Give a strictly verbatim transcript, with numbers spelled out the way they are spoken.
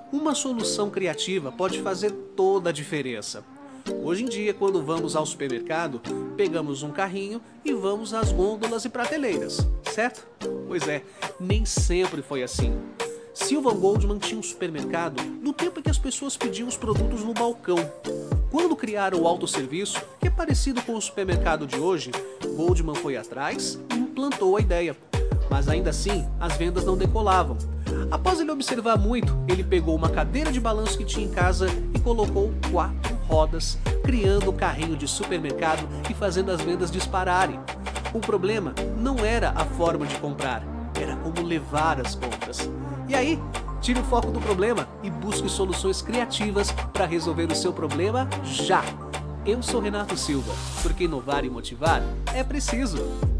Uma solução criativa pode fazer toda a diferença. Hoje em dia, quando vamos ao supermercado, pegamos um carrinho e vamos às gôndolas e prateleiras, certo? Pois é, nem sempre foi assim. Sylvan Goldman tinha um supermercado no tempo em que as pessoas pediam os produtos no balcão. Quando criaram o autosserviço, que é parecido com o supermercado de hoje, Goldman foi atrás e implantou a ideia. Mas ainda assim, as vendas não decolavam. Após ele observar muito, ele pegou uma cadeira de balanço que tinha em casa e colocou quatro rodas, criando o carrinho de supermercado e fazendo as vendas dispararem. O problema não era a forma de comprar, era como levar as compras. E aí, tire o foco do problema e busque soluções criativas para resolver o seu problema já. Eu sou Renato Silva, porque inovar e motivar é preciso.